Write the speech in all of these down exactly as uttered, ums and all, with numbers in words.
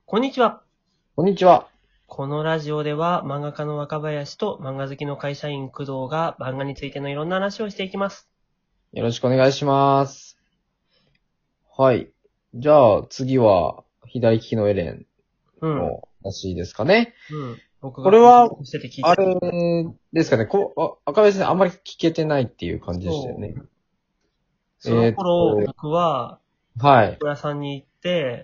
こんにちは。 こんにちは。 このラジオでは漫画家の若林と漫画好きの会社員工藤が漫画についてのいろんな話をしていきます。 よろしくお願いします。はい。じゃあ、次は、左利きのエレンうん。 の話ですかね。 うん。僕がこれはしてて聞いあた。 れですかね。こあ赤林さんあんまり聞けてないっていう感じでしたよね。 そのえーっ頃、 と、 僕は、 はい。 小屋さんに行って、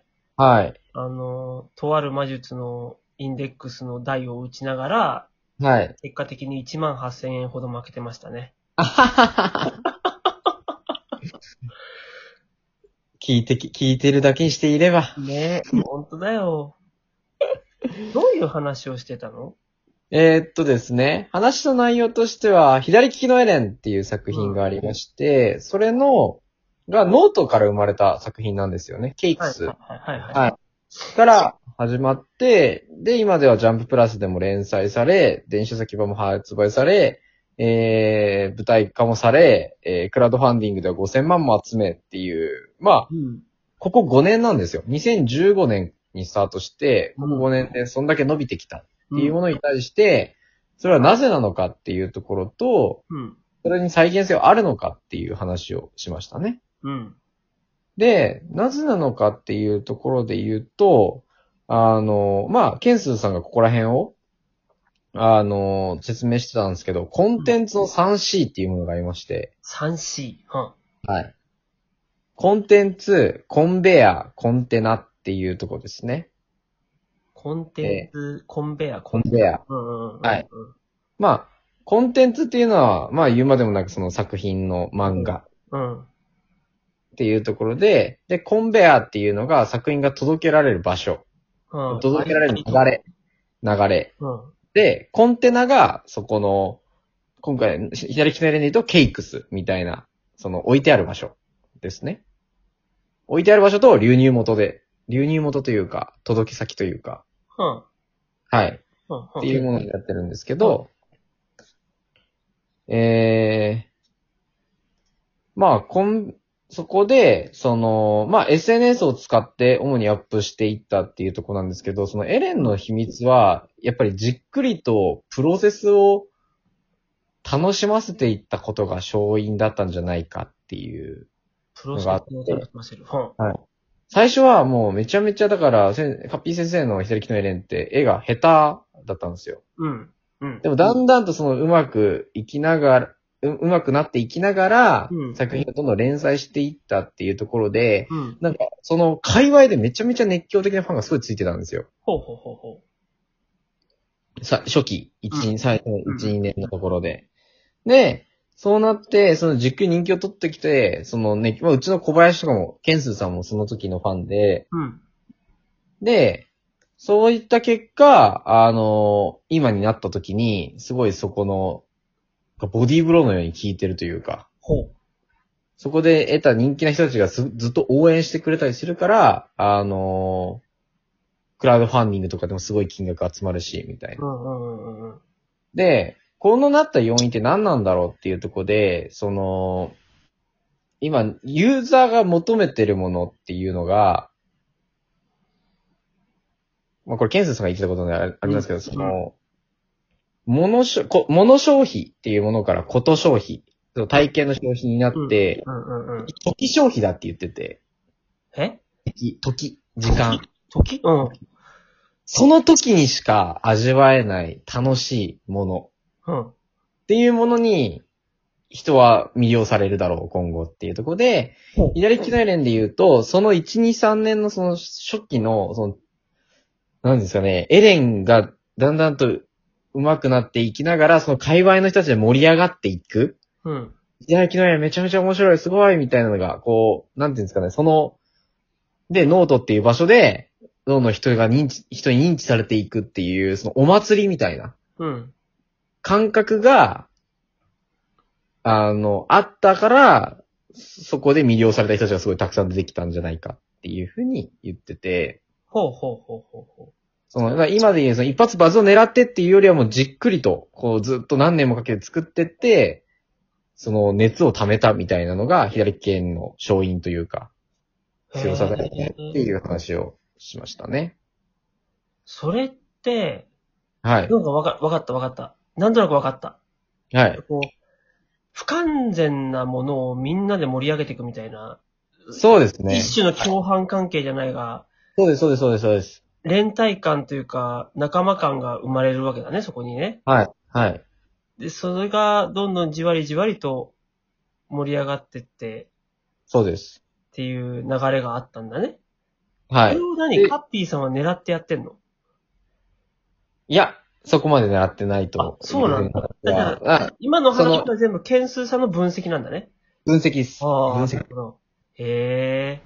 はい。 あの、とある魔術のインデックスの台を打ちながら、 はい。 結果的にいちまんはっせんえんほど負けてましたね。 あははは聞いてき、聞いてるだけにしていれば。 ねえ、ほんとだよ。どういう話をしてたの？ えーっとですね。話の内容としては、左利きのエレンっていう作品がありまして、それの、がノートから生まれた作品なんですよね。ケイクはい、 ス。 はい、はい、はい。 はい。から始まって、で、今ではジャンププラスでも連載され、電子書籍版も発売され、えー、舞台化もされ、えー、クラウドファンディングではごせんまんも集めっていう、まあ、 うん。 ここごねんなんですよ。にせんじゅうごねんにスタートして、 うんここごねんでそんだけ伸びてきたっていううん。 ものに対して、それはなぜなのかっていうところと、 うん。 それに再現性はあるのかっていう話をしましたね。 うん。 で、なぜなのかっていうところで言うと、あの、まあ、ケンスーさんがここら辺を、あの、説明してたんですけど、コンテンツの スリーシー っていうものがありまして、 スリーシー。ははい。コンテンツ、コンベア、コンテナっていうところですね。 コンテンえツ、コンベア、コンテナ。 コンベア。 うんうんうん。 はい。まあ、コンテンツっていうのは、まあ言うまでもなくその作品の漫画うん。 っていうところで、で、コンベアっていうのが作品が届けられる場所。 うん。 届けられる流れ。流れ。 うん。 で、コンテナが、そこの、今回、左利きのエレンで言うと、ケイクスみたいな、その置いてある場所ですね。置いてある場所と流入元で、流入元というか、届け先というか、 うん。 はい。 うん。 っていうものになってるんですけど、えー、まあ、こん、そこで、その、まあ、エスエヌエス を使って主にアップしていったっていうところなんですけど、そのエレンの秘密は、やっぱりじっくりとプロセスを楽しませていったことが勝因だったんじゃないかっていうプロセスのがあっをて、 楽しませる。うん。 はい。最初はもうめちゃめちゃだから、せんカッピー先生の左利きのエレンって絵が下手だったんですよ。 うん。うん。 でもだんだんとそのうまくいきながら、ううまくなっていきながら、 うん作品がどんどん連載していったっていうところで、 うん。 なんかその界隈でめちゃめちゃ熱狂的なファンがすごいついてたんですよ。 ほうほうほうほさ、初期、 う一、 ん最初のうんいち、にねんのところで。で、そうなって、そのじっくり人気を取ってきて、そのね、まあ、うちの小林とかも、ケンスーさんもその時のファンで、 う。うん。 で、そういった結果、あの、今になった時に、すごいそこの、ボディーブローのように効いてるというか、 ほう。 そこで得た人気な人たちがずずっと応援してくれたりするから、あの、クラウドファンディングとかでもすごい金額集まるし、みたいな。 うんうんうんうん。 で、このなった要因って何なんだろうっていうところで、その、今、ユーザーが求めてるものっていうのが、まあこれ、ケンスさんが言ってたことでありますけど、その、物しょ、こ物消費っていうものからこと消費、その体験の消費になって、 うんうんうん。 時消費だって言ってて、 え時、時、時間。 時うん。 その時にしか味わえない楽しいものうん。 っていうものに人は魅了されるだろう、今後っていうところで、左利きのエレンで言うと、そのいち、に、さんねんのその初期の、その、なんですかね、エレンがだんだんと上手くなっていきながら、その界隈の人たちで盛り上がっていく。 うん。 左利きのエレンめちゃめちゃ面白い、すごい、みたいなのが、こう、なんていうんですかね、その、で、ノートっていう場所で、どんどん人が認知、人に認知されていくっていう、そのお祭りみたいなうん。 感覚が、あの、あったから、そこで魅了された人たちがすごいたくさん出てきたんじゃないかっていうふうに言ってて、 ほうほうほうほうほその、だから今で言うその一発バズを狙ってっていうよりはもうじっくりと、こうずっと何年もかけて作ってって、その熱を溜めたみたいなのが左利きエレンの勝因というか、 う。 強さだよねへっていう話をしましたね。 それって、 はい。 なんかわか、わかったわかった。なんとなくわかった。 はい。 こう、不完全なものをみんなで盛り上げていくみたいな、 そうですね。 一種の共犯関係じゃないが、 そうです、そうです、そうです、そうです。 連帯感というか、仲間感が生まれるわけだね、そこにね。 はい。はい。 で、それがどんどんじわりじわりと盛り上がってって、 そうです。 っていう流れがあったんだね。 はい。 これを何カで、 ッピーさんは狙ってやってんの？ いや、そこまで狙ってないあ、 というふうにそうなんだ。あ、じゃ私は、 あ、 あ、 今のその、 話は全部、件数さんの分析なんだね。 分析です。 ああ、な分析。 るほど。へえ。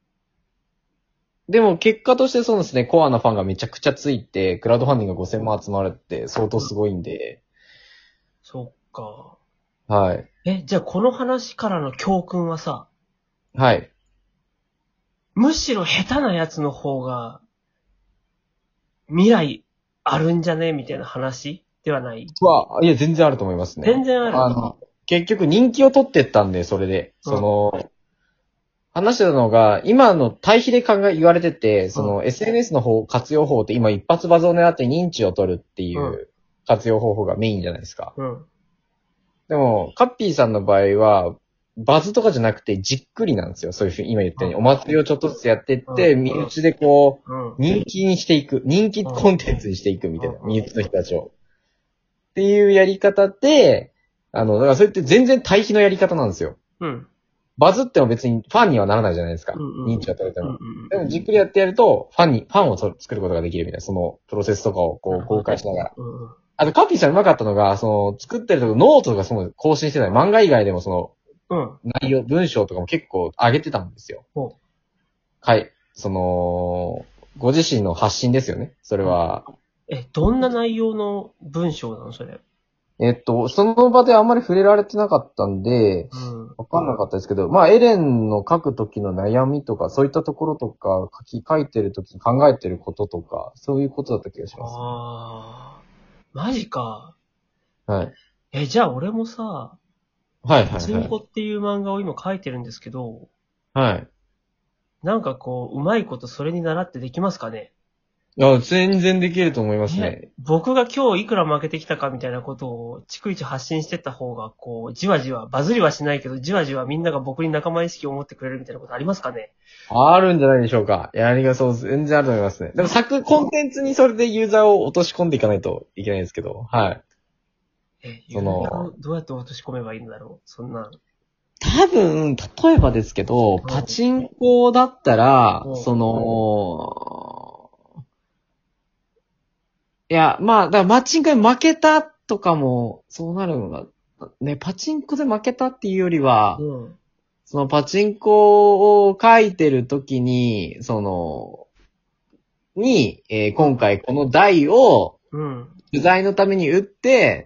でも結果としてそうですね、コアなファンがめちゃくちゃついて、クラウドファンディングがごせんまん集まるって相当すごいんで、 そっか。 はい。 え、じゃあこの話からの教訓はさ、 はい。 むしろ下手なやつの方が未来あるんじゃねみたいな話ではない？ は、いや、全然あると思いますね。 全然ある。 あの、結局人気を取ってったんで、それで。 うん。 その、話してたのが、今の対比で考え、言われてて、そうん。 の エスエヌエス の方、活用方法って今一発バズを狙って認知を取るっていうん。 う活用方法がメインじゃないですか。 うん。 でも、カッピーさんの場合は、バズとかじゃなくてじっくりなんですよ。そういうふうに今言ったように。お祭りをちょっとずつやっていって、身内でこう、 うん。 人気にしていく。人気コンテンツにしていくみたいな。身内の人たちを。っていうやり方で、あの、だからそれって全然対比のやり方なんですよ。 うん。 バズっても別にファンにはならないじゃないですか。 うん。 認知を取れてうん。うも。 ん。 でもじっくりやってやると、ファンに、ファンを作ることができるみたいな、そのプロセスとかをこう公開しながら。 うん。 あと、カピーさんうまかったのが、その、作ってるとこノートとかその更新してない。漫画以外でもその、 うん。 内容、文章とかも結構上げてたんですよ。 ほはい。その、ご自身の発信ですよね。それは。 う。え、どんな内容の文章なのそれ？ えっと、その場であんまり触れられてなかったんで、 うん。 わかんなかったですけど、まあ、エレンの書くときの悩みとか、そういったところとか、書き、書いてるときに考えてることとか、そういうことだった気がします。 ああ。マジか。 はい。 え、じゃあ俺もさ、 はいはいチンコはい。 っていう漫画を今書いてるんですけど、 はい。 なんかこう、うまいことそれに習ってできますかね？ いや、全然できると思いますね、 ね。 僕が今日いくら負けてきたかみたいなことを逐一発信してった方が、こう、じわじわ、バズりはしないけど、じわじわみんなが僕に仲間意識を持ってくれるみたいなことありますかね？ あるんじゃないでしょうか。やりがそう、全然あると思いますね。でも作、コンテンツにそれでユーザーを落とし込んでいかないといけないんですけど、はい。 え、ユそーザーをの、 どうやって落とし込めばいいんだろうそんな。 多分、例えばですけど、パチンコだったら、 うん。 その、いや、まあ、だからマッチンコで負けたとかも、そうなるのが、ね、パチンコで負けたっていうよりは、 うん。 そのパチンコを書いてる時に、その、に、えー今回この台をうん。 取材のために打って、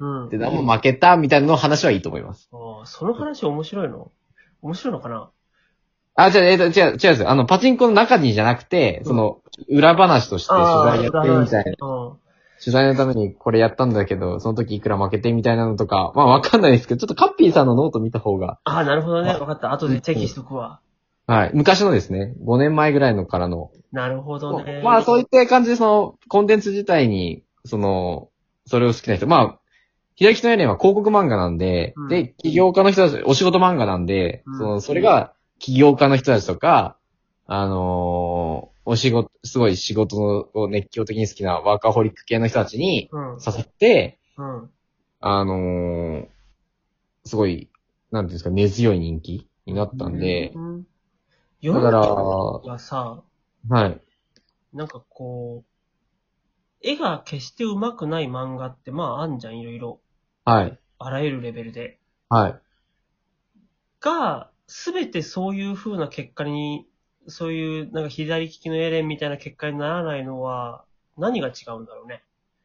うん。 で、も負けたみたいなの話はいいと思います。 ああ、その話面白いの？面白いのかな？ あ、じゃあ、えっと、違う、違うんですよ。あの、パチンコの中にじゃなくて、その、裏話として取ああ、 材やってるみたいな。 うん。 取材のためにこれやったんだけど、その時いくら負けてみたいなのとか、まあわかんないですけど、ちょっとカッピーさんのノート見た方が、 ああ、なるほどね。 あわかった。後でチェキしとくわ。 はい。昔のですね、ごねんまえぐらいのからの。 なるほどね。 まあそういった感じでその、コンテンツ自体に、その、それを好きな人。まあ、左利きのエレンは広告漫画なんで、 うんで、起業家の人たち、お仕事漫画なんで、 うんその、それが起業家の人たちとか、あのーお仕事、すごい仕事を熱狂的に好きなワーカホリック系の人たちにうん。 刺さって、 うん。 あのーすごい、なんていうんですか、根強い人気になったんで、 うん。世だから、 の中ははさ、 い、 なんかこう、絵が決して上手くない漫画ってまああんじゃん、いろいろ。 はい、 あらゆるレベルで。 はい。 が、すべてそういう風な結果に、そういうなんか左利きのエレンみたいな結果にならないのは、何が違うんだろうね。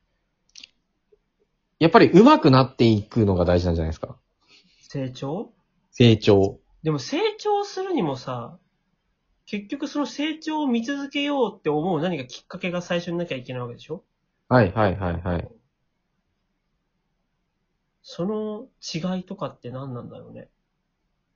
やっぱり上手くなっていくのが大事なんじゃないですか。 成長？ 成長。 でも成長するにもさ、結局その成長を見続けようって思う何かきっかけが最初になきゃいけないわけでしょ？ はい、はい、はい、はい。 その違いとかって何なんだろうね。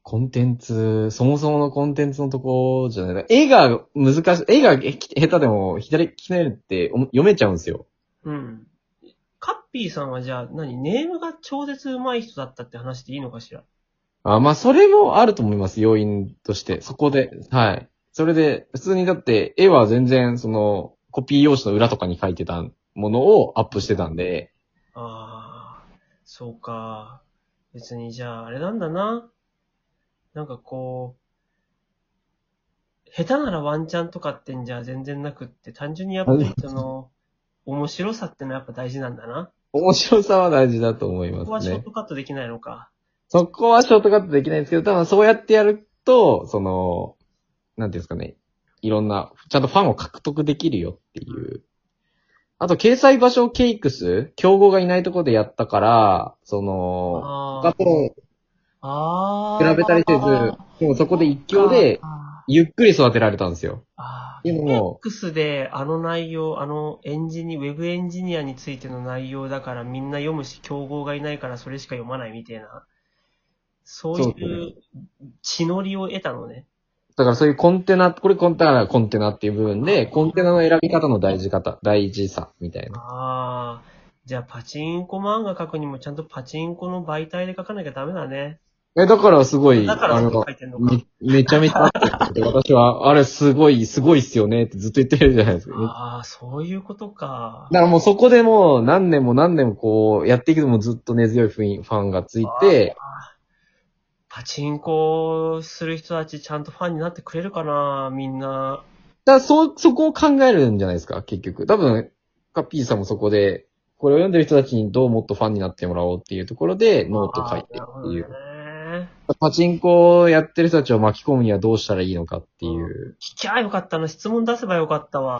コンテンツ、そもそものコンテンツのとこじゃない。絵が難しい、絵が下手でも左利きの絵って読めちゃうんですよ。 うん。カッピーさんはじゃあ何、ネームが超絶上手い人だったって話でいいのかしら？ あ、まあ、それもあると思います、要因として。そこで、はい。それで、普通にだって、絵は全然、その、コピー用紙の裏とかに書いてたものをアップしてたんで。 ああ、そうか。別にじゃあ、あれなんだな。なんかこう、下手ならワンチャンとかってんじゃ全然なくって、単純にやっぱりその、面白さってのはやっぱ大事なんだな。 面白さは大事だと思いここはショーますね。 トカットできないのか。 そこはショートカットできないんですけど、多分そうやってやると、その、なんていうんですかね。いろんな、ちゃんとファンを獲得できるよっていう。あと、掲載場所ケイクス、競合がいないところでやったから、その、 あ他とあ。ああ。 比べたりせず、でもそこで一強で、ゆっくり育てられたんですよ。 ああ。 でも、 X であの内容、あのエンジニ、ウェブエンジニアについての内容だからみんな読むし、競合がいないからそれしか読まないみたいな。そうそうですね。 いう血のりを得たのね。 だからそういうコンテナ、これコンテナ、コンテナっていう部分で、コンテナの選び方の大事方、大事さ、みたいな。 ああ。じゃあパチンコ漫画書くにもちゃんとパチンコの媒体で書かなきゃダメだね。 え、だからすごい、 だからあの、 書いてんのか。 め、めちゃめちゃ合ってる私は、あれすごい、すごいっすよねってずっと言ってるじゃないですか。 ああ、そういうことか。 だからもうそこでもう何年も何年もこう、やっていくともずっと根強いファンがついて、 パチンコする人たちちゃんとファンになってくれるかな、みんな。 だからそ、そこを考えるんじゃないですか、結局。多分、カッピーさんもそこで、これを読んでる人たちにどうもっとファンになってもらおうっていうところで、ノート書いてっていう。 ね、 パチンコをやってる人たちを巻き込むにはどうしたらいいのかっていう。 聞きゃよかったな。質問出せばよかったわ。